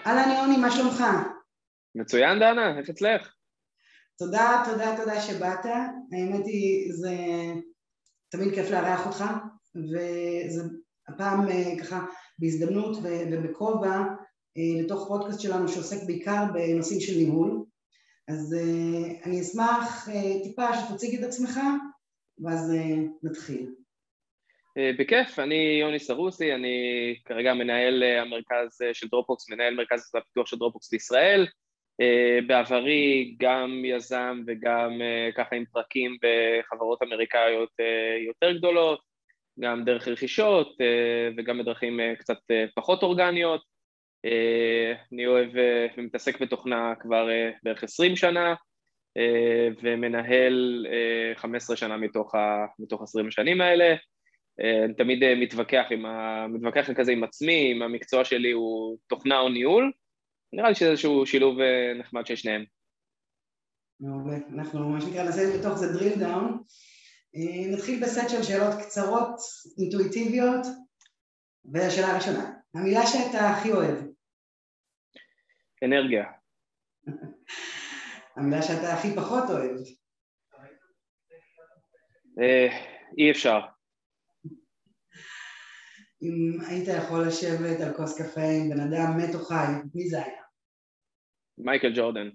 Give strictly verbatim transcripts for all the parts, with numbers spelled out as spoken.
אהלן יוני, מה שלומך? מצוין דנה, איך אצלך? תודה, תודה, תודה שבאת. האמת היא, זה תמיד כיף לארח אותך, וזה הפעם ככה בהזדמנות ובכובע לתוך פודקאסט שלנו שעוסק בעיקר בנושאים של ניהול. אז אני אשמח טיפה שתציג את עצמך, ואז נתחיל. בכיף, אני יוני סרוסי, אני כרגע מנהל המרכז של דרופבוקס, מנהל מרכז הפיתוח של דרופבוקס לישראל. בעברי גם יזם וגם ככה עם פרקים בחברות אמריקאיות יותר גדולות, גם דרך רכישות וגם בדרכים קצת פחות אורגניות. אני אוהב ומתעסק בתוכנה כבר בערך עשרים שנה, ומנהל חמש עשרה שנה מתוך, ה, מתוך עשרים השנים האלה. אני תמיד מתווכח, עם ה... מתווכח כזה עם עצמי, אם המקצוע שלי הוא תוכנה או ניהול. נראה לי שזה איזשהו שילוב נחמד של שניהם. מעולה, אנחנו מה שנקרא נעשה בתוך זה drill down. נתחיל בסט של שאלות קצרות, אינטואיטיביות, והשאלה הראשונה, המילה שאתה הכי אוהב? אנרגיה. המילה שאתה הכי פחות אוהב? אי אפשר. אם היית יכול לשבת על כוס קפה עם בן אדם מת או חי, מי זה היה? מייקל ג'ורדן.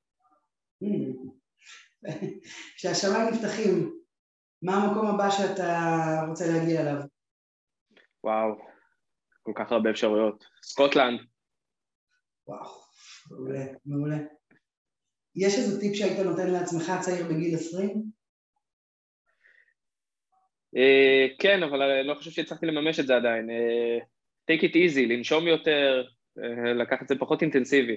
כשהשמיים נפתחים, מה המקום הבא שאתה רוצה להגיע אליו? וואו, כל כך הרבה אפשרויות. סקוטלנד. וואו, מעולה, מעולה. יש איזה טיפ שהיית נותן לעצמך צעיר בגיל עשרים? כן, אבל אני לא חושב שהצלחתי לממש את זה עדיין. take it easy, לנשום יותר, לקחת את זה פחות אינטנסיבי.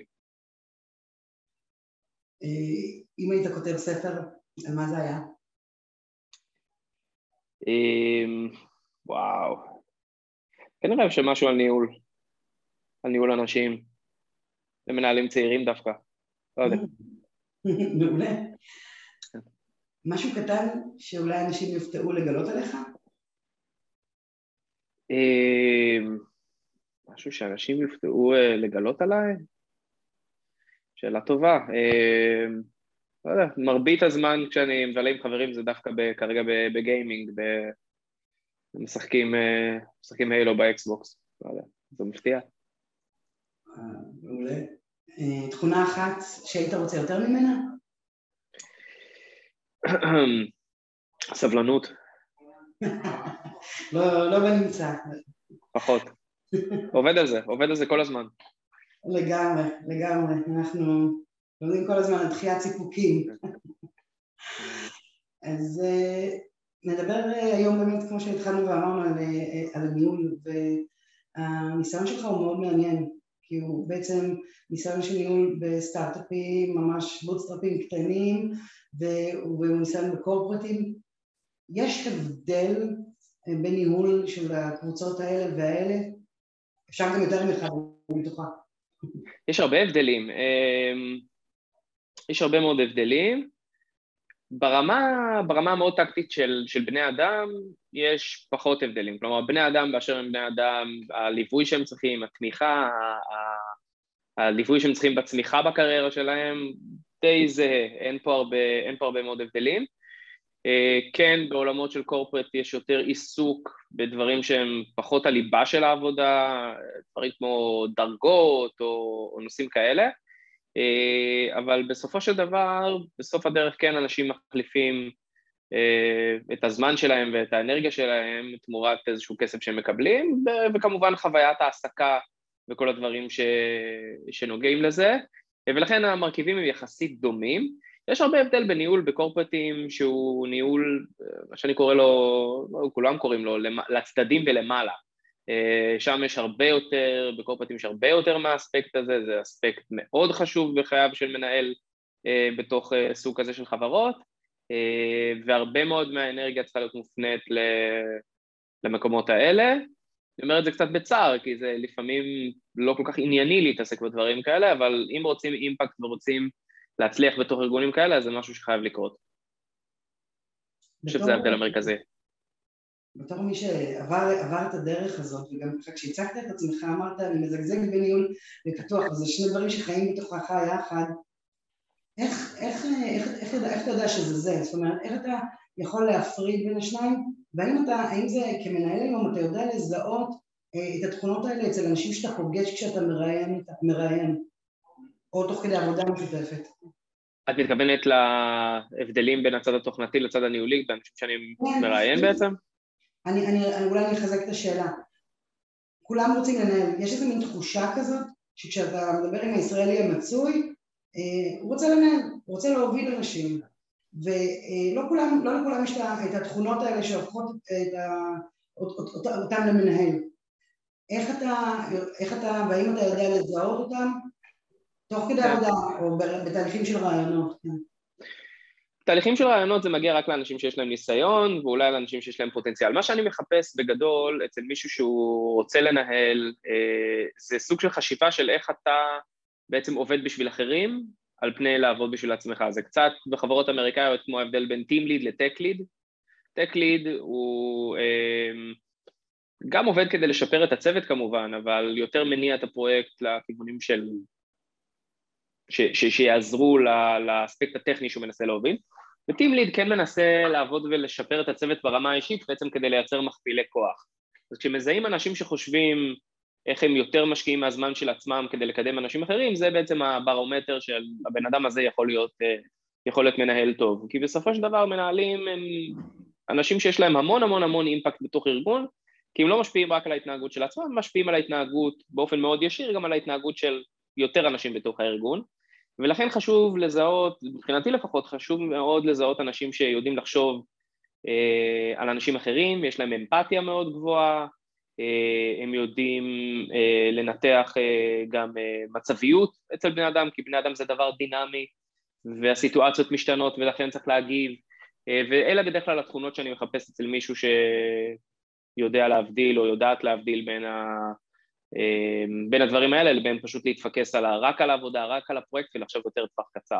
אם היית כותב ספר, על מה זה היה? וואו. כנראה שמשהו על ניהול, על ניהול אנשים, ומנהלים צעירים דווקא. לא יודע. מעולה. משהו קטן שאולי אנשים יופתעו לגלות עליך? משהו שאנשים יופתעו לגלות עליי? שאלה טובה. לא יודע, מרבית הזמן כשאני מבלה עם חברים זה דווקא כרגע בגיימינג, משחקים משחקים הילו באקסבוקס. לא יודע, זה מפתיע. מעולה. תכונה אחת שהיית רוצה יותר ממנה? סבלנות. לא, לא בנמצא. פחות. עובד על זה, עובד על זה כל הזמן. לגמרי, לגמרי. אנחנו לומדים כל הזמן על דחיית סיפוקים. אז נדבר היום באמת, כמו שהתחלנו ואמרנו, על, על הניהול, והניסיון שלך הוא מאוד מעניין, כי הוא בעצם ניסיון של ניהול בסטארט-אפים, ממש בוטסטראפים קטנים, והוא ניסיון בקורפרטים. יש הבדל בין ניהול של הקבוצות האלה והאלה? אפשר גם יותר מאחד מתוכה. יש הרבה הבדלים. יש הרבה מאוד הבדלים. ברמה, ברמה המאוד טקטית של, של בני אדם, יש פחות הבדלים. כלומר, בני אדם באשר הם בני אדם, הליווי שהם צריכים, התמיכה, הליווי שהם צריכים בצמיחה בקריירה שלהם, די זהה, אין פה הרבה, אין פה הרבה מאוד הבדלים. כן, בעולמות של קורפרט יש יותר עיסוק בדברים שהם פחות הליבה של העבודה, דברים כמו דרגות או, או נושאים כאלה, אבל בסופו של דבר, בסוף הדרך כן אנשים מחליפים את הזמן שלהם ואת האנרגיה שלהם תמורת איזשהו כסף שהם מקבלים, וכמובן חוויית העסקה וכל הדברים ש... שנוגעים לזה, ולכן המרכיבים הם יחסית דומים. יש הרבה הבדל בניהול בקורפרטים שהוא ניהול, מה שאני קורא לו, כולם קוראים לו, לצדדים ולמעלה. שם יש הרבה יותר, בקורפרטים יש הרבה יותר מהאספקט הזה, זה אספקט מאוד חשוב בחייו של מנהל בתוך סוג כזה של חברות, והרבה מאוד מהאנרגיה צריכה להיות מופנית למקומות האלה. אני אומר את זה קצת בצער, כי זה לפעמים לא כל כך ענייני להתעסק בדברים כאלה, אבל אם רוצים אימפקט ורוצים להצליח בתוך ארגונים כאלה, אז זה משהו שחייב לקרות. אני חושב שזה ההבדל המרכזי. בתור מי שעבר עבר את הדרך הזאת, וגם כשהצגת את עצמך אמרת, אני מזגזג בניהול ופיתוח, וזה שני דברים שחיים בתוכך יחד, איך, איך, איך, איך, איך אתה יודע שזה זה? זאת אומרת, איך אתה יכול להפריד בין השניים? והאם אתה, האם זה כמנהל היום, אתה יודע לזהות את התכונות האלה אצל אנשים שאתה פוגש כשאתה מראיין, מראיין, או תוך כדי עבודה משותפת? את מתכוונת להבדלים בין הצד התוכנתי לצד הניהולי, באנשים שאני מראיין בעצם? אני, אני, אולי אני אחזק את השאלה. כולם רוצים לנהל, יש איזו מין תחושה כזאת, שכשאתה מדבר עם הישראלי המצוי, הוא רוצה לנהל, הוא רוצה להוביל אנשים, ולא כולם, לא לכולם יש את התכונות האלה שהופכות אותם למנהל. איך אתה, איך אתה, והאם אתה יודע לזהות אותם, תוך כדי עבודה, או בתהליכים של רעיונות? בתהליכים של רעיונות זה מגיע רק לאנשים שיש להם ניסיון, ואולי לאנשים שיש להם פוטנציאל. מה שאני מחפש בגדול אצל מישהו שהוא רוצה לנהל, זה סוג של חשיבה של איך אתה בעצם עובד בשביל אחרים, על פני לעבוד בשביל עצמך. זה קצת בחברות אמריקאיות כמו ההבדל בין Team Lead ל-Tech Lead. Tech Lead הוא גם עובד כדי לשפר את הצוות כמובן, אבל יותר מניע את הפרויקט לכיוונים של, ש, ש, שיעזרו לאספקט הטכני שהוא מנסה להוביל. ו-Team Lead כן מנסה לעבוד ולשפר את הצוות ברמה האישית, בעצם כדי לייצר מכפילי כוח. אז כשמזהים אנשים שחושבים איך הם יותר משקיעים מהזמן של עצמם כדי לקדם אנשים אחרים, זה בעצם הברומטר של הבן אדם הזה יכול להיות, יכול להיות מנהל טוב. כי בסופו של דבר מנהלים הם אנשים שיש להם המון המון המון אימפקט בתוך ארגון, כי הם לא משפיעים רק על ההתנהגות של עצמם, הם משפיעים על ההתנהגות באופן מאוד ישיר, גם על ההתנהגות של יותר אנשים בתוך הארגון, ולכן חשוב לזהות, מבחינתי לפחות חשוב מאוד לזהות אנשים שיודעים לחשוב אה, על אנשים אחרים, יש להם אמפתיה מאוד גבוהה, הם יודעים לנתח גם מצביות אצל בני אדם, כי בני אדם זה דבר דינמי, והסיטואציות משתנות ולכן צריך להגיב, ואלה בדרך כלל התכונות שאני מחפש אצל מישהו שיודע להבדיל או יודעת להבדיל בין, ה... בין הדברים האלה, לבין פשוט להתפקס על ה... רק על העבודה, רק על הפרויקט ולחשוב יותר טווח קצר.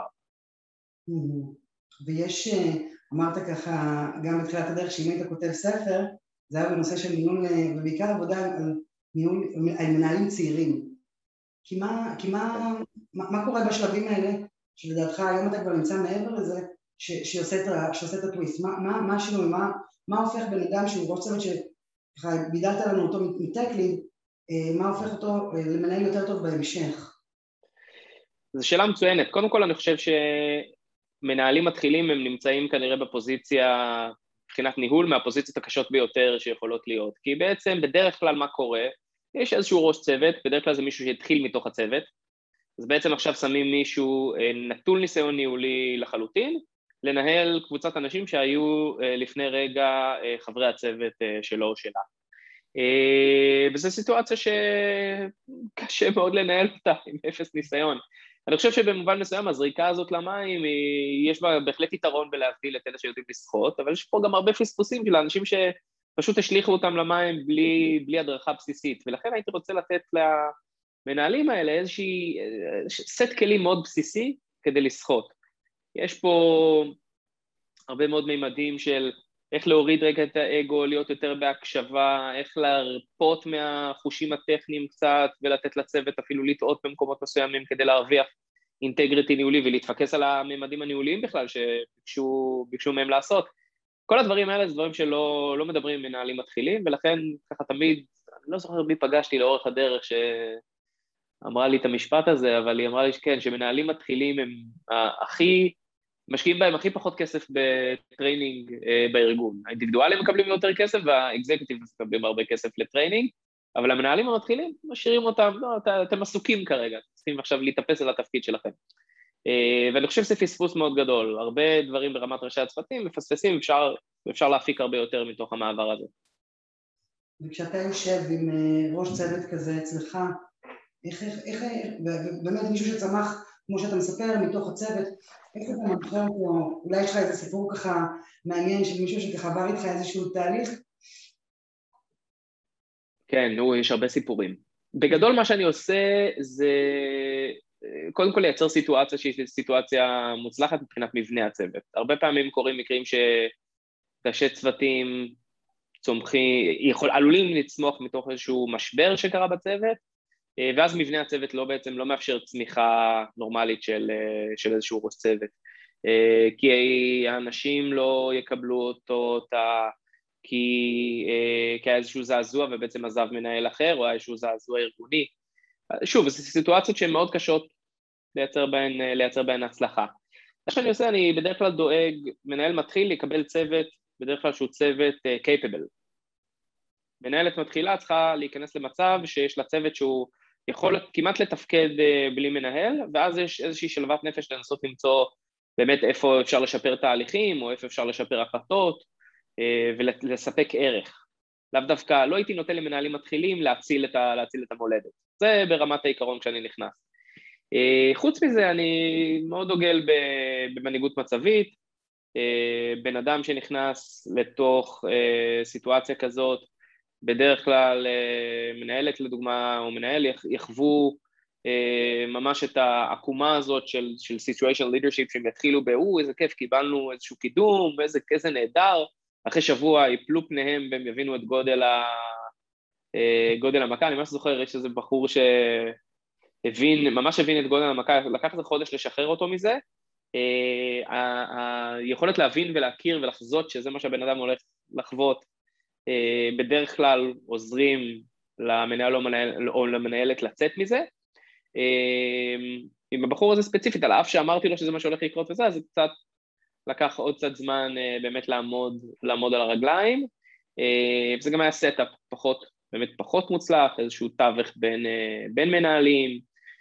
ויש, אמרת ככה, גם בתחילת הדרך שאם היית כותב ספר, זה היה בנושא של ניהול, ובעיקר עבודה על ניהול, על מנהלים צעירים. כי מה, כי מה, מה, מה קורה בשלבים האלה, שלדעתך היום אתה כבר נמצא מעבר לזה, ש, שעושה את, שעושה את הטוויסט? מה, מה, מה השינוי, מה, מה הופך בן אדם שהוא ראש צוות שככה בידלת לנו אותו מטק ליד, מה הופך אותו למנהל יותר טוב בהמשך? זו שאלה מצוינת. קודם כל אני חושב שמנהלים מתחילים, הם נמצאים כנראה בפוזיציה, מבחינת ניהול מהפוזיציות הקשות ביותר שיכולות להיות, כי בעצם בדרך כלל מה קורה, יש איזשהו ראש צוות, בדרך כלל זה מישהו שהתחיל מתוך הצוות, אז בעצם עכשיו שמים מישהו נטול ניסיון ניהולי לחלוטין, לנהל קבוצת אנשים שהיו לפני רגע חברי הצוות שלו או שלה. וזו סיטואציה שקשה מאוד לנהל אותה עם אפס ניסיון. אני חושב שבמובן מסוים הזריקה הזאת למים, יש בה בהחלט יתרון בלהבדיל את אלה שיודעים לשחות, אבל יש פה גם הרבה פספוסים של האנשים שפשוט השליחו אותם למים בלי, בלי הדרכה בסיסית, ולכן הייתי רוצה לתת למנהלים האלה איזושהי סט כלים מאוד בסיסי כדי לשחות. יש פה הרבה מאוד מימדים של איך להוריד רגע את האגו, להיות יותר בהקשבה, איך להרפות מהחושים הטכניים קצת, ולתת לצוות אפילו לטעות במקומות מסוימים כדי להרוויח אינטגריטי ניהולי, ולהתפקס על הממדים הניהוליים בכלל שביקשו ביקשו מהם לעשות. כל הדברים האלה זה דברים שלא לא מדברים עם מנהלים מתחילים, ולכן ככה תמיד, אני לא זוכר מי פגשתי לאורך הדרך שאמרה לי את המשפט הזה, אבל היא אמרה לי שכן, שמנהלים מתחילים הם הכי, משקיעים בהם הכי פחות כסף בטריינינג אה, בארגון. האינדיבידואלים מקבלים יותר כסף, והאקזקטיב מקבלים הרבה כסף לטריינינג, אבל המנהלים המתחילים משאירים אותם, לא, את, אתם עסוקים כרגע, צריכים עכשיו להתאפס על התפקיד שלכם. אה, ואני חושב שזה פספוס מאוד גדול, הרבה דברים ברמת ראשי הצוותים, מפספסים, אפשר, אפשר להפיק הרבה יותר מתוך המעבר הזה. וכשאתה יושב עם ראש צוות כזה אצלך, איך, איך, איך, באמת מישהו שצמח, כמו שאתה מספר, מתוך הצוות, איך אתה מנחה אותו, אולי יש לך איזה סיפור ככה מעניין של מישהו שככה עבר איתך איזשהו תהליך? כן, נו, יש הרבה סיפורים. בגדול מה שאני עושה זה, קודם כל לייצר סיטואציה שהיא סיטואציה מוצלחת מבחינת מבנה הצוות. הרבה פעמים קורים מקרים שראשי צוותים צומחי, יכול, עלולים לצמוח מתוך איזשהו משבר שקרה בצוות, ואז מבנה הצוות לא בעצם לא מאפשר צמיחה נורמלית של, של איזשהו ראש צוות. כי האנשים לא יקבלו אותו, אותה, כי, כי היה איזשהו זעזוע ובעצם עזב מנהל אחר, או היה איזשהו זעזוע ארגוני. שוב, זה סיטואציות שהן מאוד קשות לייצר בהן, לייצר בהן הצלחה. מה שאני עושה, אני בדרך כלל דואג, מנהל מתחיל לקבל צוות, בדרך כלל שהוא צוות capable. מנהלת מתחילה צריכה להיכנס למצב שיש לה צוות שהוא יכול כמעט לתפקד בלי מנהל, ואז יש איזושהי שלוות נפש לנסות למצוא באמת איפה אפשר לשפר תהליכים, או איפה אפשר לשפר החלטות, ולספק ערך. לאו דווקא, לא הייתי נותן למנהלים מתחילים להציל את, ה, להציל את המולדת. זה ברמת העיקרון כשאני נכנס. חוץ מזה, אני מאוד דוגל במנהיגות מצבית, בן אדם שנכנס לתוך סיטואציה כזאת, בדרך כלל מנהלת לדוגמה, או מנהל יחוו ממש את העקומה הזאת של, של situational leadership, שהם יתחילו באו, איזה כיף, קיבלנו איזשהו קידום, איזה, איזה נהדר, אחרי שבוע יפלו פניהם והם יבינו את גודל, ה, גודל המכה. אני ממש זוכר, יש איזה בחור שהבין, ממש הבין את גודל המכה, לקח איזה חודש לשחרר אותו מזה, היכולת להבין ולהכיר ולחזות שזה מה שהבן אדם הולך לחוות, בדרך כלל עוזרים למנהל או, מנהל, או למנהלת לצאת מזה. עם הבחור הזה ספציפית, על אף שאמרתי לו שזה מה שהולך לקרות וזה, אז זה קצת לקח עוד קצת זמן באמת לעמוד, לעמוד על הרגליים. זה גם היה סטאפ פחות, באמת פחות מוצלח, איזשהו תווך בין, בין מנהלים,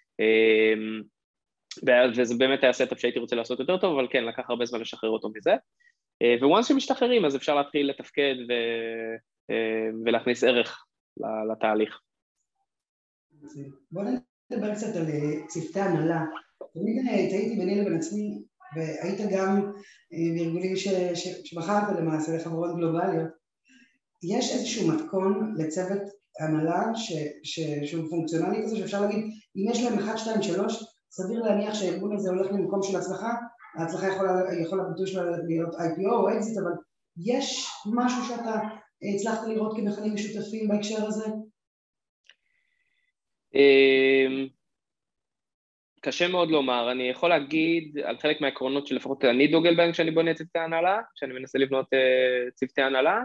וזה באמת היה סטאפ שהייתי רוצה לעשות יותר טוב, אבל כן, לקח הרבה זמן לשחרר אותו מזה. וואנס שמשתחררים, אז אפשר להתחיל לתפקד ו... ולהכניס ערך לתהליך. בוא נדבר קצת על צוותי הנהלה. תמיד הייתי ביני לבין עצמי, והיית גם בארגונים ש... ש... שבחרת למעשה לחברות גלובליות. יש איזשהו מתכון לצוות הנהלה ש... ש... שהוא פונקציונלי כזה, שאפשר להגיד, אם יש להם אחת, שתיים, שלוש, סביר להניח שהארגון הזה הולך למקום של הצלחה, ההצלחה יכולה, יכולה ביטוי שלה להיות איי פי או או אקזיט, אבל יש משהו שאתה הצלחת לראות כמכנים משותפים בהקשר הזה? קשה מאוד לומר, אני יכול להגיד על חלק מהעקרונות שלפחות אני דוגל בהם כשאני בונה צוותי הנהלה, כשאני מנסה לבנות צוותי הנהלה,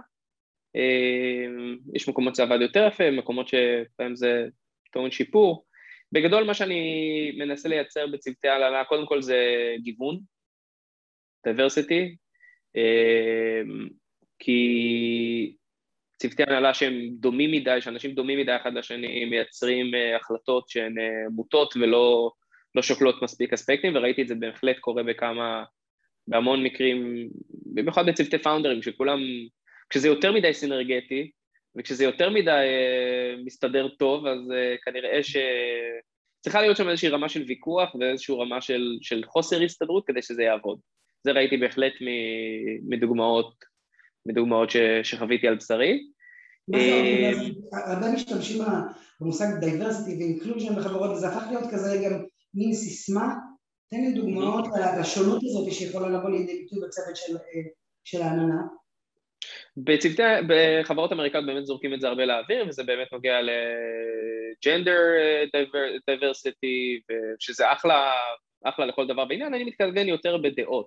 יש מקומות שעבד יותר יפה, מקומות שבהם זה טעון שיפור. בגדול מה שאני מנסה לייצר בצוותי הנהלה, קודם כל זה גיוון, diversity, כי צוותי הנהלה שהם דומים מדי, שאנשים דומים מדי אחד לשני, מייצרים החלטות שהן מוטות ולא לא שוקלות מספיק אספקטים, וראיתי את זה בהחלט קורה בכמה, בהמון מקרים, במיוחד בצוותי פאונדרים, שכולם, כשזה יותר מדי סינרגטי, וכשזה יותר מדי מסתדר טוב, אז כנראה ש... צריכה להיות שם איזושהי רמה של ויכוח, ואיזושהי רמה של, של חוסר הסתדרות, כדי שזה יעבוד. זה ראיתי בהחלט מדוגמאות, מדוגמאות ש, שחוויתי על בשרי. מה זה עוד? הרבה משתמשים במושג diversity ו-inclusion בחברות, וזה הפך להיות כזה גם מין סיסמה. תן לי דוגמאות לשונות הזאת שיכולה לבוא לידי ביטוי בצוות של, של העננה. בצוותי, בחברות אמריקאיות באמת זורקים את זה הרבה לאוויר, וזה באמת נוגע לג'נדר diversity, שזה אחלה, אחלה לכל דבר בעניין. אני מתכוון יותר בדעות,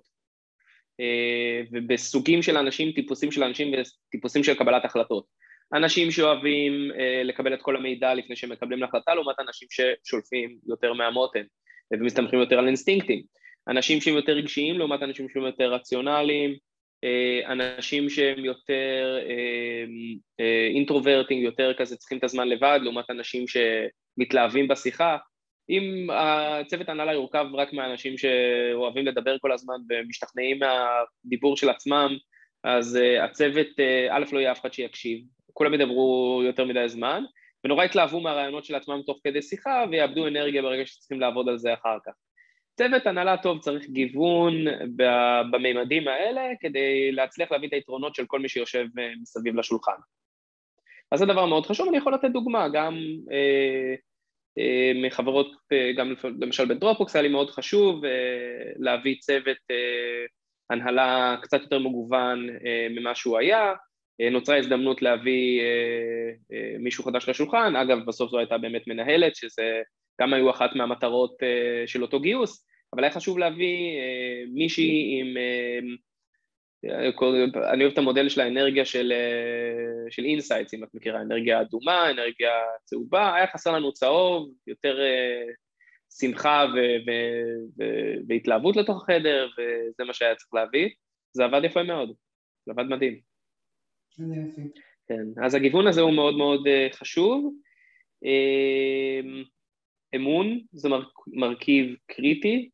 ובסוגים של אנשים, טיפוסים של אנשים וטיפוסים של קבלת החלטות. אנשים שאוהבים לקבל את כל המידע לפני שהם מקבלים להחלטה, לעומת אנשים ששולפים יותר מהמותן, ומסתמכים יותר על אינסטינקטים. אנשים שהם יותר רגשיים, לעומת אנשים שהם יותר רציונליים, אנשים שהם יותר אינטרוברטינג, יותר כזה צריכים את הזמן לבד, לעומת אנשים שמתלהבים בשיחה. אם הצוות ההנהלה יורכב רק מהאנשים שאוהבים לדבר כל הזמן ומשתכנעים מהדיבור של עצמם, אז הצוות א' לא יהיה אף אחד שיקשיב, כולם ידברו יותר מדי זמן, ונורא התלהבו מהרעיונות של עצמם תוך כדי שיחה, ויאבדו אנרגיה ברגע שצריכים לעבוד על זה אחר כך. צוות הנהלה טוב צריך גיוון בממדים האלה, כדי להצליח להביא את היתרונות של כל מי שיושב מסביב לשולחן. אז זה דבר מאוד חשוב, אני יכול לתת דוגמה, גם אה, אה, מחברות, גם למשל בדרופבוקס, היה לי מאוד חשוב אה, להביא צוות אה, הנהלה קצת יותר מגוון אה, ממה שהוא היה, נוצרה הזדמנות להביא מישהו חדש לשולחן, אגב, בסוף זו הייתה באמת מנהלת, שזה גם היו אחת מהמטרות של אותו גיוס, אבל היה חשוב להביא מישהי עם, אני אוהב את המודל של האנרגיה של, של אינסייטס, אם את מכירה, אנרגיה אדומה, אנרגיה צהובה, היה חסר לנו צהוב, יותר שמחה ו- ו- ו- והתלהבות לתוך החדר, וזה מה שהיה צריך להביא, זה עבד יפה מאוד, זה עבד מדהים. זה יפה. כן, אז הגיוון הזה הוא מאוד מאוד חשוב, אמון זה מרכיב קריטי,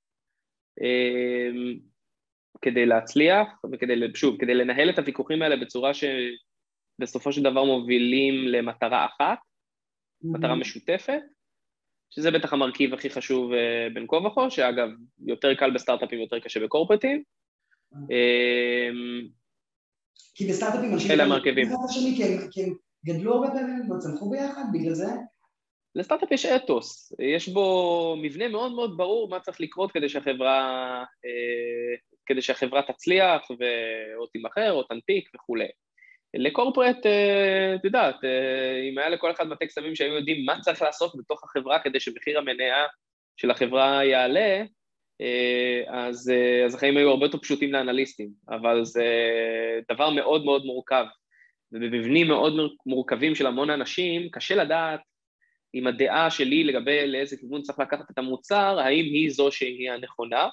כדי להצליח, וכדי, שוב, כדי לנהל את הוויכוחים האלה בצורה שבסופו של דבר מובילים למטרה אחת, mm-hmm. מטרה משותפת, שזה בטח המרכיב הכי חשוב בין כה וכה, שאגב, יותר קל בסטארט-אפים, יותר קשה בקורפרטים. כי בסטארט-אפים אנשים אלה המרכיבים. כי הם גדלו הרבה פעמים וצמחו ביחד, בגלל זה? לסטארט-אפ יש אתוס, יש בו מבנה מאוד מאוד ברור מה צריך לקרות כדי שהחברה, כדי שהחברה תצליח או תימכר או תנפיק וכו'. לקורפרט, את יודעת, אם היה לכל אחד מטה קסמים שהיו יודעים מה צריך לעשות בתוך החברה כדי שמחיר המניה של החברה יעלה, אז, אז החיים היו הרבה יותר פשוטים לאנליסטים, אבל זה דבר מאוד מאוד מורכב, ובמבנים מאוד מורכבים של המון אנשים, קשה לדעת עם הדעה שלי לגבי לאיזה כיוון צריך לקחת את המוצר, האם היא זו שהיא הנכונה,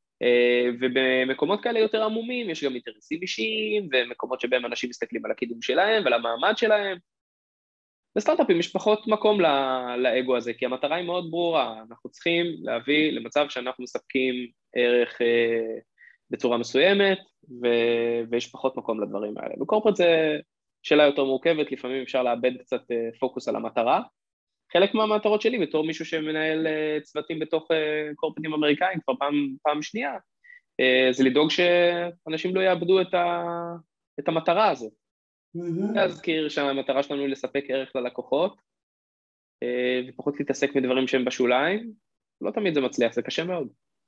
ובמקומות כאלה יותר עמומים, יש גם אינטרסים אישיים, ומקומות שבהם אנשים מסתכלים על הקידום שלהם ועל המעמד שלהם. בסטארט-אפים יש פחות מקום לאגו הזה, כי המטרה היא מאוד ברורה, אנחנו צריכים להביא למצב שאנחנו מספקים ערך בצורה מסוימת, ויש פחות מקום לדברים האלה. בקורפרט זה שאלה יותר מורכבת, לפעמים אפשר לאבד קצת פוקוס על המטרה, חלק מהמטרות שלי, בתור מישהו שמנהל צוותים בתוך קורפרטים אמריקאים, כבר פעם, פעם שנייה, זה לדאוג שאנשים לא יאבדו את, ה, את המטרה הזאת. Mm-hmm. להזכיר שהמטרה שלנו היא לספק ערך ללקוחות, ופחות להתעסק מדברים שהם בשוליים, לא תמיד זה מצליח, זה קשה מאוד.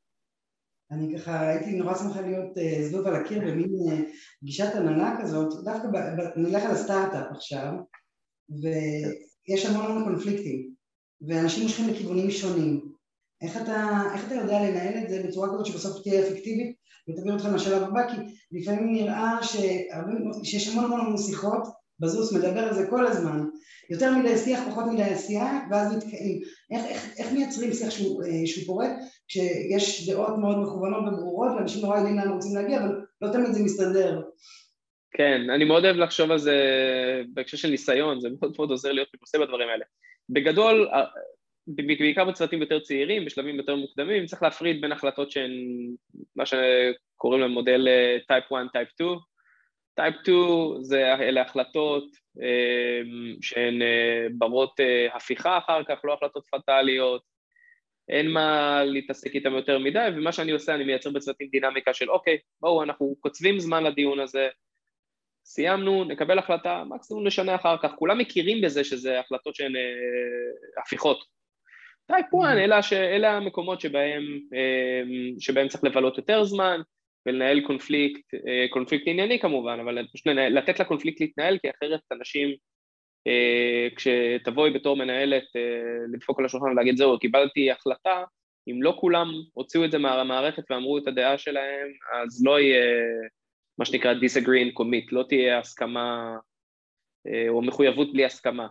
אני ככה הייתי נורא שמחה להיות זבוב על הקיר במין גישת הנהלה כזאת, דווקא נלך על הסטארט-אפ עכשיו, ו... יש המון המון קונפליקטים, ואנשים מושכים לכיוונים שונים. איך אתה, איך אתה יודע לנהל את זה בצורה כזאת שבסוף תהיה אפקטיבית, ותביא אותך לשלב הבא, כי לפעמים נראה שיש המון המון שיחות, בזוס מדבר על זה כל הזמן, יותר מדי שיח, פחות מדי עשייה, ואז מתקעים. איך, איך, איך מייצרים שיח שהוא, שהוא פורט, כשיש דעות מאוד מכוונות וברורות, ואנשים נורא יודעים לאן רוצים להגיע, אבל לא תמיד זה מסתדר. כן, אני מאוד אוהב לחשוב על זה בהקשר של ניסיון, זה מאוד מאוד עוזר להיות מפוסה בדברים האלה. בגדול, בעיקר בצוותים יותר צעירים, בשלבים יותר מוקדמים, צריך להפריד בין החלטות שהן, מה שקוראים להם מודל טייפ אחת, טייפ שתיים. טייפ שתיים זה אלה החלטות שהן ברות הפיכה אחר כך, לא החלטות פטליות, אין מה להתעסק איתם יותר מדי, ומה שאני עושה, אני מייצר בצוותים דינמיקה של, אוקיי, בואו, אנחנו קוצבים זמן לדיון הזה, סיימנו, נקבל החלטה, מקסימום נשנה אחר כך, כולם מכירים בזה שזה החלטות שהן אה, הפיכות. טייפ אחת, אלה, ש... אלה המקומות שבהם, אה, שבהם צריך לבלות יותר זמן, ולנהל קונפליקט, אה, קונפליקט ענייני כמובן, אבל פשוט לנהל, לתת לקונפליקט להתנהל, כי אחרת אנשים, אה, כשתבואי בתור מנהלת, אה, לדפוק על השולחן ולהגיד, זהו, קיבלתי החלטה, אם לא כולם הוציאו את זה מהמערכת ואמרו את הדעה שלהם, אז לא יהיה... מה שנקרא disagree and commit, לא תהיה הסכמה או מחויבות בלי הסכמה,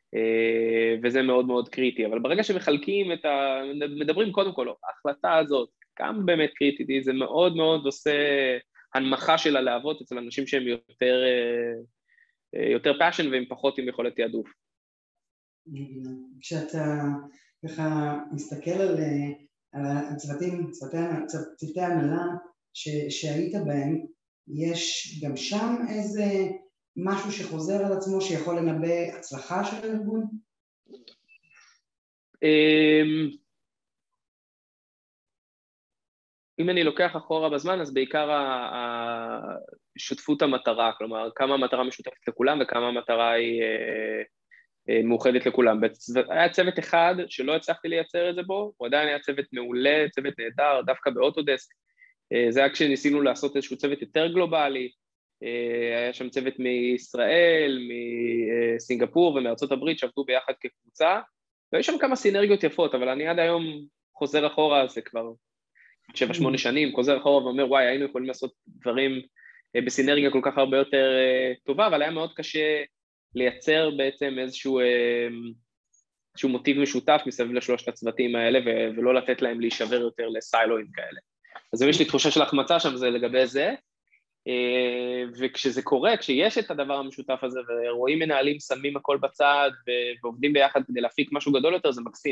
וזה מאוד מאוד קריטי, אבל ברגע שמחלקים את ה... מדברים קודם כל, ההחלטה הזאת, כמה באמת קריטית, זה מאוד מאוד עושה הנמכה של הלהבות אצל אנשים שהם יותר, יותר passion והם פחות עם יכולת תעדוף. כשאתה ככה מסתכל על, על הצוותים, צוותי הנהלה שהיית בהם, יש גם שם איזה משהו שחוזר על עצמו שיכול לנבא הצלחה של הארגון? אם אני לוקח אחורה בזמן, אז בעיקר שותפות המטרה, כלומר, כמה המטרה משותפת לכולם וכמה המטרה היא מאוחדת לכולם. היה צוות אחד שלא הצלחתי לייצר את זה בו, הוא עדיין היה צוות מעולה, צוות נהדר, דווקא באוטודסק, זה היה כשניסינו לעשות איזשהו צוות יותר גלובלי, היה שם צוות מישראל, מסינגפור ומארצות הברית שעבדו ביחד כקבוצה, ויש שם כמה סינרגיות יפות, אבל אני עד היום חוזר אחורה, זה כבר שבע שמונה שנים, חוזר אחורה ואומר, וואי, היינו יכולים לעשות דברים בסינרגיה כל כך הרבה יותר טובה, אבל היה מאוד קשה לייצר בעצם איזשהו, איזשהו מוטיב משותף מסביב לשלושת הצוותים האלה, ולא לתת להם להישבר יותר לסיילואים כאלה. אז אם יש לי תחושה של החמצה שם, זה לגבי זה, וכשזה קורה, כשיש את הדבר המשותף הזה, ורואים מנהלים שמים הכל בצד, ועובדים ביחד כדי להפיק משהו גדול יותר, זה מקסים.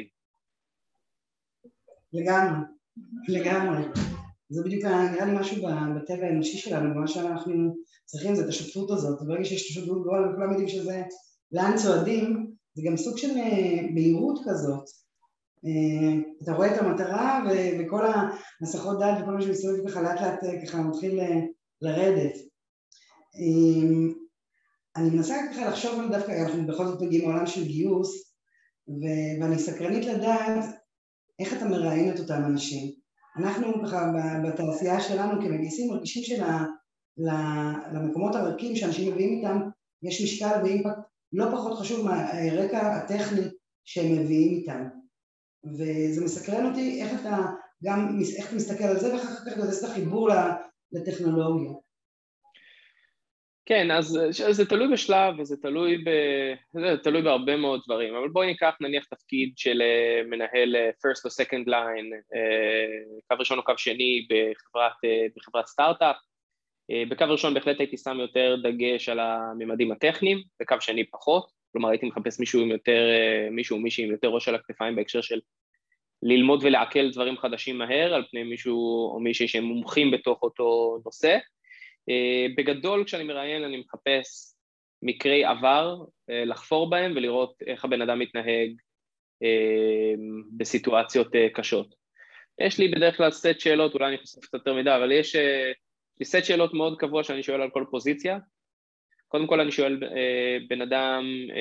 לגמרי, לגמרי. זה בדיוק נראה לי משהו בטבע האנושי שלנו, ומה שאנחנו צריכים זה את השותפות הזאת, וברגע שיש שותפות גדולה, וכולם יודעים שזה לאן צועדים, זה גם סוג של בהירות כזאת. אתה רואה את המטרה, וכל המסכות דעת וכל מה שמסתובב ככה לאט לאט ככה מתחיל לרדת. אני מנסה ככה לחשוב על דווקא, אנחנו בכל זאת מגיעים מעולם של גיוס, ואני סקרנית לדעת איך אתה מראיין את אותם אנשים. אנחנו ככה בתעשייה שלנו כמגייסים מרגישים שלמקומות הרכים שאנשים מביאים איתם, יש משקל ואימפקט לא פחות חשוב מהרקע הטכני שהם מביאים איתם. וזה מסקרן אותי איך אתה גם, איך אתה מסתכל על זה, ואחר כך אתה עושה את החיבור לטכנולוגיה. כן, אז זה תלוי בשלב, וזה תלוי, ב, זה תלוי בהרבה מאוד דברים, אבל בואי ניקח נניח תפקיד של מנהל first או second line, קו ראשון או קו שני בחברת, בחברת סטארט-אפ, בקו ראשון בהחלט הייתי שם יותר דגש על הממדים הטכניים, בקו שני פחות, כלומר הייתי מחפש מישהו עם יותר, מישהו או מישהי עם יותר ראש על הכתפיים בהקשר של ללמוד ולעכל דברים חדשים מהר, על פני מישהו או מישהי שהם מומחים בתוך אותו נושא. בגדול כשאני מראיין אני מחפש מקרי עבר, לחפור בהם ולראות איך הבן אדם מתנהג בסיטואציות קשות. יש לי בדרך כלל סט שאלות, אולי אני חושף קצת יותר מידע, אבל יש לי סט שאלות מאוד קבוע שאני שואל על כל פוזיציה. קודם כל אני שואל בן אדם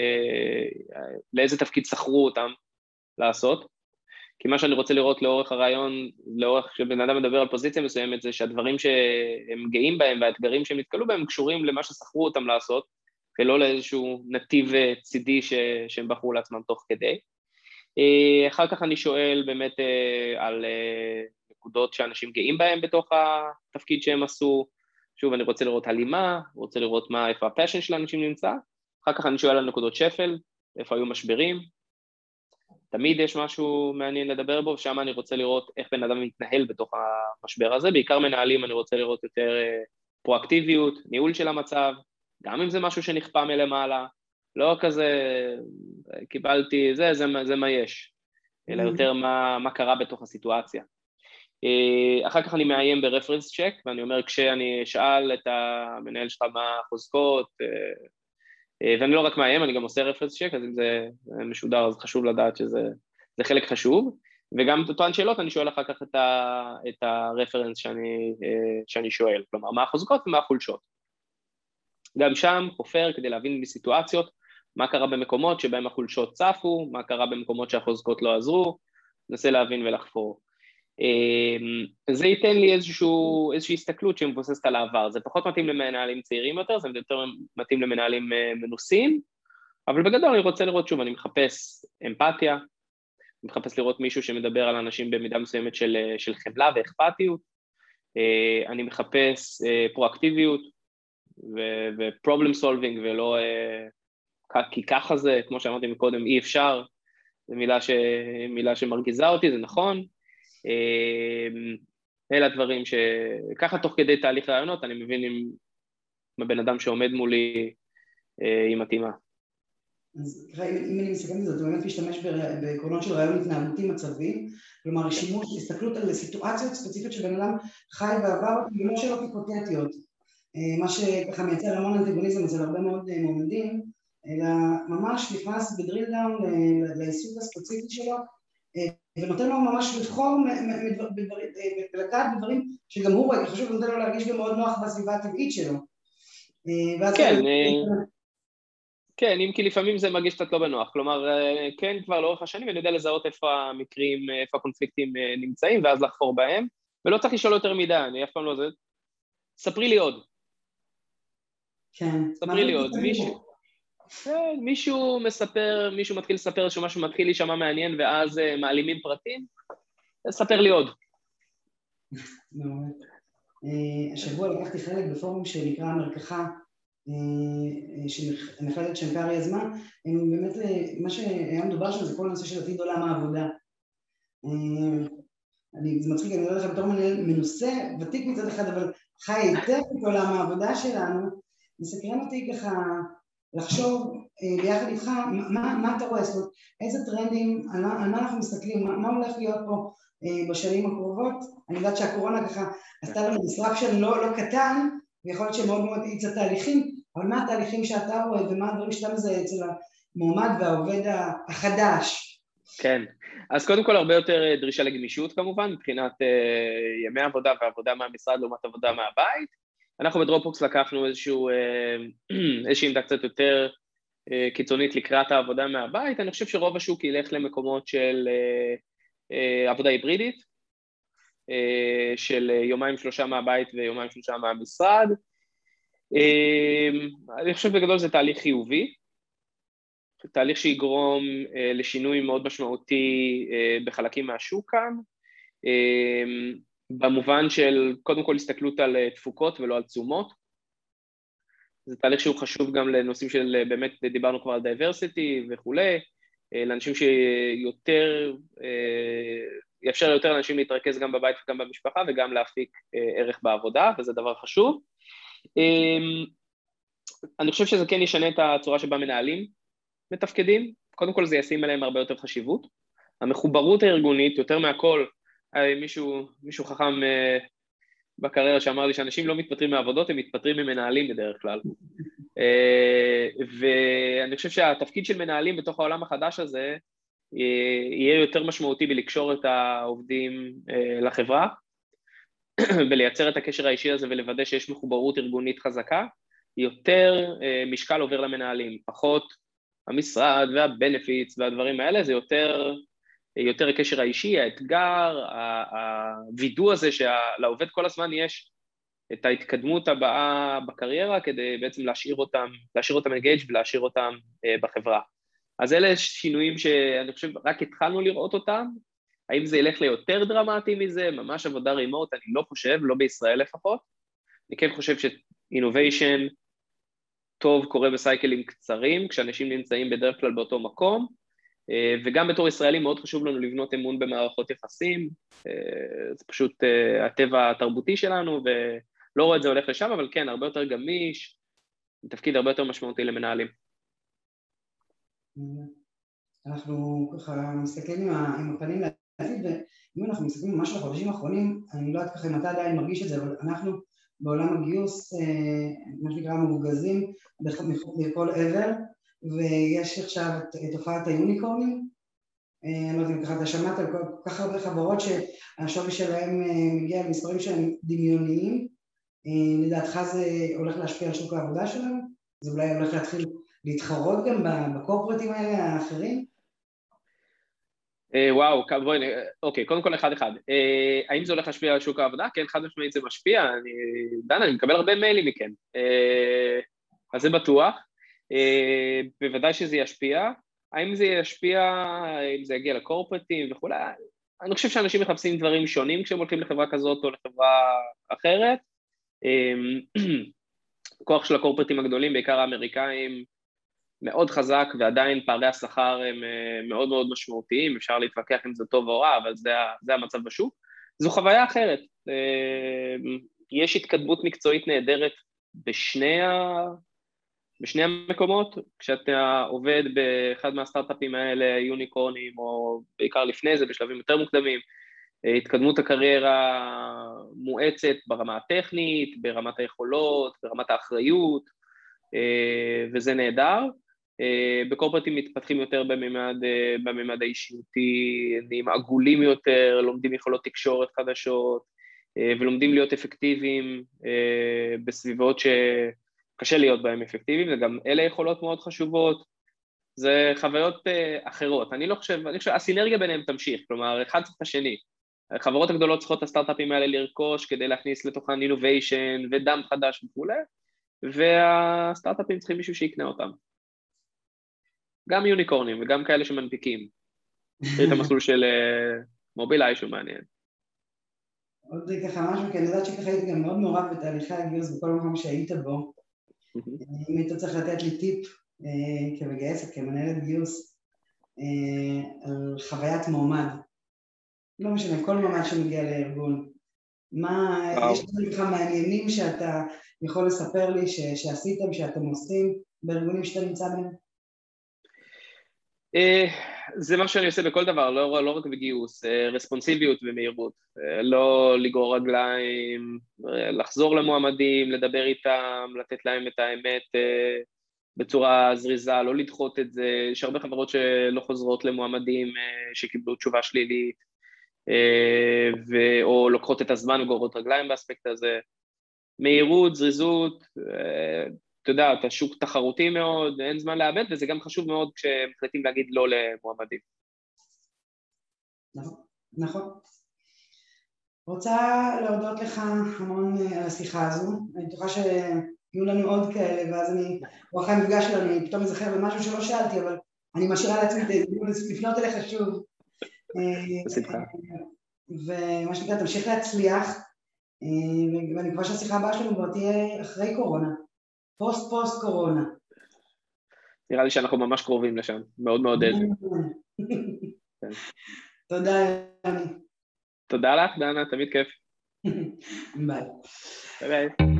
לאיזה תפקיד שכרו אותם לעשות, כי מה שאני רוצה לראות לאורך הרעיון, לאורך שבן אדם מדבר על פוזיציה מסוימת, זה שהדברים שהם גאים בהם והאתגרים שהם נתקלו בהם קשורים למה ששכרו אותם לעשות, ולא לאיזשהו נתיב צידי ש... שהם בחרו לעצמם תוך כדי. אחר כך אני שואל באמת על נקודות שאנשים גאים בהם בתוך התפקיד שהם עשו, שוב אני רוצה לראות הלימה, רוצה לראות מה, איפה הפשן של האנשים נמצא, אחר כך אני שואל על נקודות שפל, איפה היו משברים, תמיד יש משהו מעניין לדבר בו, ושם אני רוצה לראות איך בן אדם מתנהל בתוך המשבר הזה, בעיקר מנהלים אני רוצה לראות יותר פרואקטיביות, ניהול של המצב, גם אם זה משהו שנכפה מלמעלה, לא כזה קיבלתי, זה, זה, זה מה יש, אלא יותר מה, מה קרה בתוך הסיטואציה. אחר כך אני מאיים ברפרנס צ'ק, ואני אומר כשאני אשאל את המנהל שלך מה החוזקות, ואני לא רק מאיים, אני גם עושה רפרנס צ'ק, אז אם זה משודר, אז חשוב לדעת שזה זה חלק חשוב, וגם את אותן שאלות אני שואל אחר כך את, ה, את הרפרנס שאני, שאני שואל, כלומר, מה החוזקות ומה החולשות. גם שם חופר כדי להבין בסיטואציות, מה קרה במקומות שבהם החולשות צפו, מה קרה במקומות שהחוזקות לא עזרו, ננסה להבין ולחפור. זה ייתן לי איזשהו, איזושהי הסתכלות שמבוססת על העבר, זה פחות מתאים למנהלים צעירים יותר, זה יותר מתאים למנהלים מנוסים, אבל בגדול אני רוצה לראות שוב, אני מחפש אמפתיה, אני מחפש לראות מישהו שמדבר על אנשים במידה מסוימת של, של חמלה ואכפתיות, אני מחפש פרואקטיביות ו-problem solving ולא, כי ככה זה, כמו שאמרתי מקודם, אי אפשר, זו מילה, ש, מילה שמרגיזה אותי, זה נכון, אלה הדברים שככה תוך כדי תהליך רעיונות אני מבין אם הבן אדם שעומד מולי היא מתאימה. אז אם אני מסתכלת את זה, אתה באמת משתמש בעקרונות של רעיון התנהגותי מצבי, כלומר שימוש, הסתכלות על סיטואציות ספציפיות שבן אדם חי בעבר ולא שאלות היפותטיות, מה שככה מייצר המון אנטגוניזם אצל הרבה מאוד מועמדים, אלא ממש נכנס בדריל דאון לעיסוק הספציפי שלו, ונותן לו ממש לבחור ולקחת בדברים שגם הוא רואה, חשוב, נותן לו להרגיש גם מאוד נוח בסביבה הטבעית שלו. כן, כן, אם כי לפעמים זה מרגיש קצת לא בנוח, כלומר, כן, כבר לאורך השנים אני יודע לזהות איפה המקרים, איפה הקונפליקטים נמצאים, ואז לחפור בהם, ולא צריך לשאול יותר מדי, אני אף פעם לא זה, ספרי לי עוד. כן. ספרי לי עוד, מישהו, כן, מישהו מספר, מישהו מתחיל לספר שמשהו מתחיל להישמע מעניין, ואז uh, מעלימים פרטים, ספר לי עוד. מעולה. Uh, השבוע לקחתי חלק בפורום שנקרא המרקחה, uh, שמכללת שנקר יזמה, הם באמת, מה שהיה מדובר שם זה כל הנושא של עתיד עולם העבודה. Uh, אני, זה מצחיק, אני לא יודע לך בתור מנוסה, ותיק מצד אחד, אבל חי היטב את עולם העבודה שלנו, מסקרן אותי ככה לחשוב אה, ביחד איתך, מה, מה אתה רואה, זאת אומרת, איזה טרנדים, על מה, על מה אנחנו מסתכלים, מה, מה הולך להיות פה אה, בשנים הקרובות. אני יודעת שהקורונה ככה עשתה לנו disruption לא, לא קטן, ויכול להיות שמאוד מאוד האיצה תהליכים, אבל מה התהליכים שאתה רואה ומה הדברים שאתה מזהה אצל המועמד והעובד החדש? כן, אז קודם כל הרבה יותר דרישה לגמישות כמובן, מבחינת uh, ימי עבודה ועבודה מהמשרד לעומת עבודה מהבית. אנחנו בדרופבוקס לקחנו איזשהו, uh, איזושהי עמדה קצת יותר uh, קיצונית לקראת העבודה מהבית. אני חושב שרוב השוק ילך למקומות של uh, uh, עבודה היברידית, uh, של יומיים שלושה מהבית ויומיים שלושה מהמשרד. Uh, אני חושב בגדול זה תהליך חיובי, תהליך שיגרום אה, לשינוי מאוד משמעותי אה, בחלקים מהשוק כאן, אה, במובן של קודם כל הסתכלות על אה, תפוקות ולא על תשומות. זה תהליך שהוא חשוב גם לנושאים של, באמת דיברנו כבר על דייברסיטי וכולי, אה, לאנשים שיותר, אה, יאפשר ליותר אנשים להתרכז גם בבית וגם במשפחה וגם להפיק אה, ערך בעבודה, וזה דבר חשוב. אה, אני חושב שזה כן ישנה את הצורה שבה מנהלים מתפקדים, קודם כל זה ישים עליהם הרבה יותר חשיבות. המחוברות הארגונית, יותר מהכל, מישהו, מישהו חכם uh, בקריירה שאמר לי שאנשים לא מתפטרים מעבודות, הם מתפטרים ממנהלים בדרך כלל. uh, ואני חושב שהתפקיד של מנהלים בתוך העולם החדש הזה, יהיה יותר משמעותי בלקשור את העובדים uh, לחברה, ולייצר את הקשר האישי הזה ולוודא שיש מחוברות ארגונית חזקה, יותר uh, משקל עובר למנהלים, פחות המשרד והבנפיטס והדברים האלה, זה יותר, יותר הקשר האישי, האתגר, הווידוא הזה שלעובד כל הזמן יש את ההתקדמות הבאה בקריירה, כדי בעצם להשאיר אותם, להשאיר אותם engaged ולהשאיר אותם בחברה. אז אלה שינויים שאני חושב רק התחלנו לראות אותם, האם זה ילך ליותר דרמטי מזה, ממש עבודה רימוט, אני לא חושב, לא בישראל לפחות, אני כן חושב ש-innovation, טוב קורה בסייקלים קצרים, כשאנשים נמצאים בדרך כלל באותו מקום, וגם בתור ישראלים מאוד חשוב לנו לבנות אמון במערכות יחסים, זה פשוט הטבע התרבותי שלנו, ולא רואה את זה הולך לשם, אבל כן, הרבה יותר גמיש, תפקיד הרבה יותר משמעותי למנהלים. אנחנו ככה מסתכלים עם הפנים לעתיד, ואם אנחנו מסתכלים ממש לחודשים האחרונים, אני לא יודעת ככה אם אתה עדיין מרגיש את זה, אבל אנחנו בעולם הגיוס, מה שנקרא מרוגזים בכל עבר, ויש עכשיו את תופעת היוניקורנים. אני לא יודעת אם ככה אתה שמעת על כל כך הרבה חברות שהשווי שלהם מגיע למספרים שהם דמיוניים. לדעתך זה הולך להשפיע על שוק העבודה שלנו? זה אולי הולך להתחיל להתחרות גם בקורפרטים האלה האחרים? וואו, בואי, אוקיי, קודם כל אחד אחד. האם זה הולך להשפיע על שוק העבודה? כן, חד משמעית זה משפיע, אני, דנה, אני מקבל הרבה מיילים מכם, אז זה בטוח, בוודאי שזה ישפיע. האם זה ישפיע, אם זה יגיע לקורפרטים וכו', אני חושב שאנשים מחפשים דברים שונים כשהם הולכים לחברה כזאת או לחברה אחרת. כוח של הקורפרטים הגדולים, בעיקר האמריקאים, מאוד חזק, ועדיין פערי השכר הם מאוד מאוד משמעותיים, אפשר להתווכח אם זה טוב או רע, אבל זה, זה המצב בשוק. זו חוויה אחרת. יש התקדמות מקצועית נהדרת בשני, ה... בשני המקומות, כשאתה עובד באחד מהסטארט-אפים האלה, יוניקורנים, או בעיקר לפני זה, בשלבים יותר מוקדמים, התקדמות הקריירה מואצת ברמה הטכנית, ברמת היכולות, ברמת האחריות, וזה נהדר. בקורפרטים מתפתחים יותר בממד, בממד האישיותי, נהיים עגולים יותר, לומדים יכולות תקשורת חדשות, ולומדים להיות אפקטיביים בסביבות שקשה להיות בהם אפקטיביים, וגם אלה יכולות מאוד חשובות, זה חוויות אחרות. אני לא חושב, אני חושב, הסינרגיה ביניהם תמשיך, כלומר, אחד צריך את השני. החברות הגדולות צריכות את הסטארט-אפים האלה לרכוש כדי להכניס לתוכן innovation ודם חדש וכו'. והסטארט-אפים צריכים מישהו שיקנה אותם. גם יוניקורנים וגם כאלה שמנפיקים. תראי את המסלול של מובילאיי שהוא מעניין. עוד ככה משהו, כי אני יודעת שככה הייתי גם מאוד מעורב בתהליכי הגיוס בכל מקום שהיית בו. אם היית צריך לתת לי טיפ כמגייסת, כמנהלת גיוס, על חוויית מועמד. לא משנה, כל מועמד שמגיע לארגון. מה, יש לך מעניינים שאתה יכול לספר לי שעשיתם, שאתם עושים בארגונים שאתה נמצא בהם? זה מה שאני עושה בכל דבר, לא, לא רק בגיוס, רספונסיביות ומהירות, לא לגרור רגליים, לחזור למועמדים, לדבר איתם, לתת להם את האמת בצורה זריזה, לא לדחות את זה. יש הרבה חברות שלא חוזרות למועמדים שקיבלו תשובה שלילית, או לוקחות את הזמן וגוררות רגליים באספקט הזה. מהירות, זריזות, אתה יודע, אתה שוק תחרותי מאוד, אין זמן לאבד, וזה גם חשוב מאוד כשמחליטים להגיד לא למועמדים. נכון, נכון. רוצה להודות לך המון על השיחה הזו, אני בטוחה שיהיו לנו עוד כאלה, ואז אני, או אחרי המפגש שלנו, אני פתאום אזכר במשהו שלא שאלתי, אבל אני משאירה לעצמי לפנות אליך שוב. בשמחה. ומה שנקרא, תמשיך להצליח, ואני מקווה שהשיחה הבאה שלנו כבר תהיה אחרי קורונה, פוסט פוסט קורונה. נראה לי שאנחנו ממש קרובים לשם, מאוד מאוד איזה. תודה, יוני. תודה לך, דנה, תמיד כיף. ביי. ביי ביי.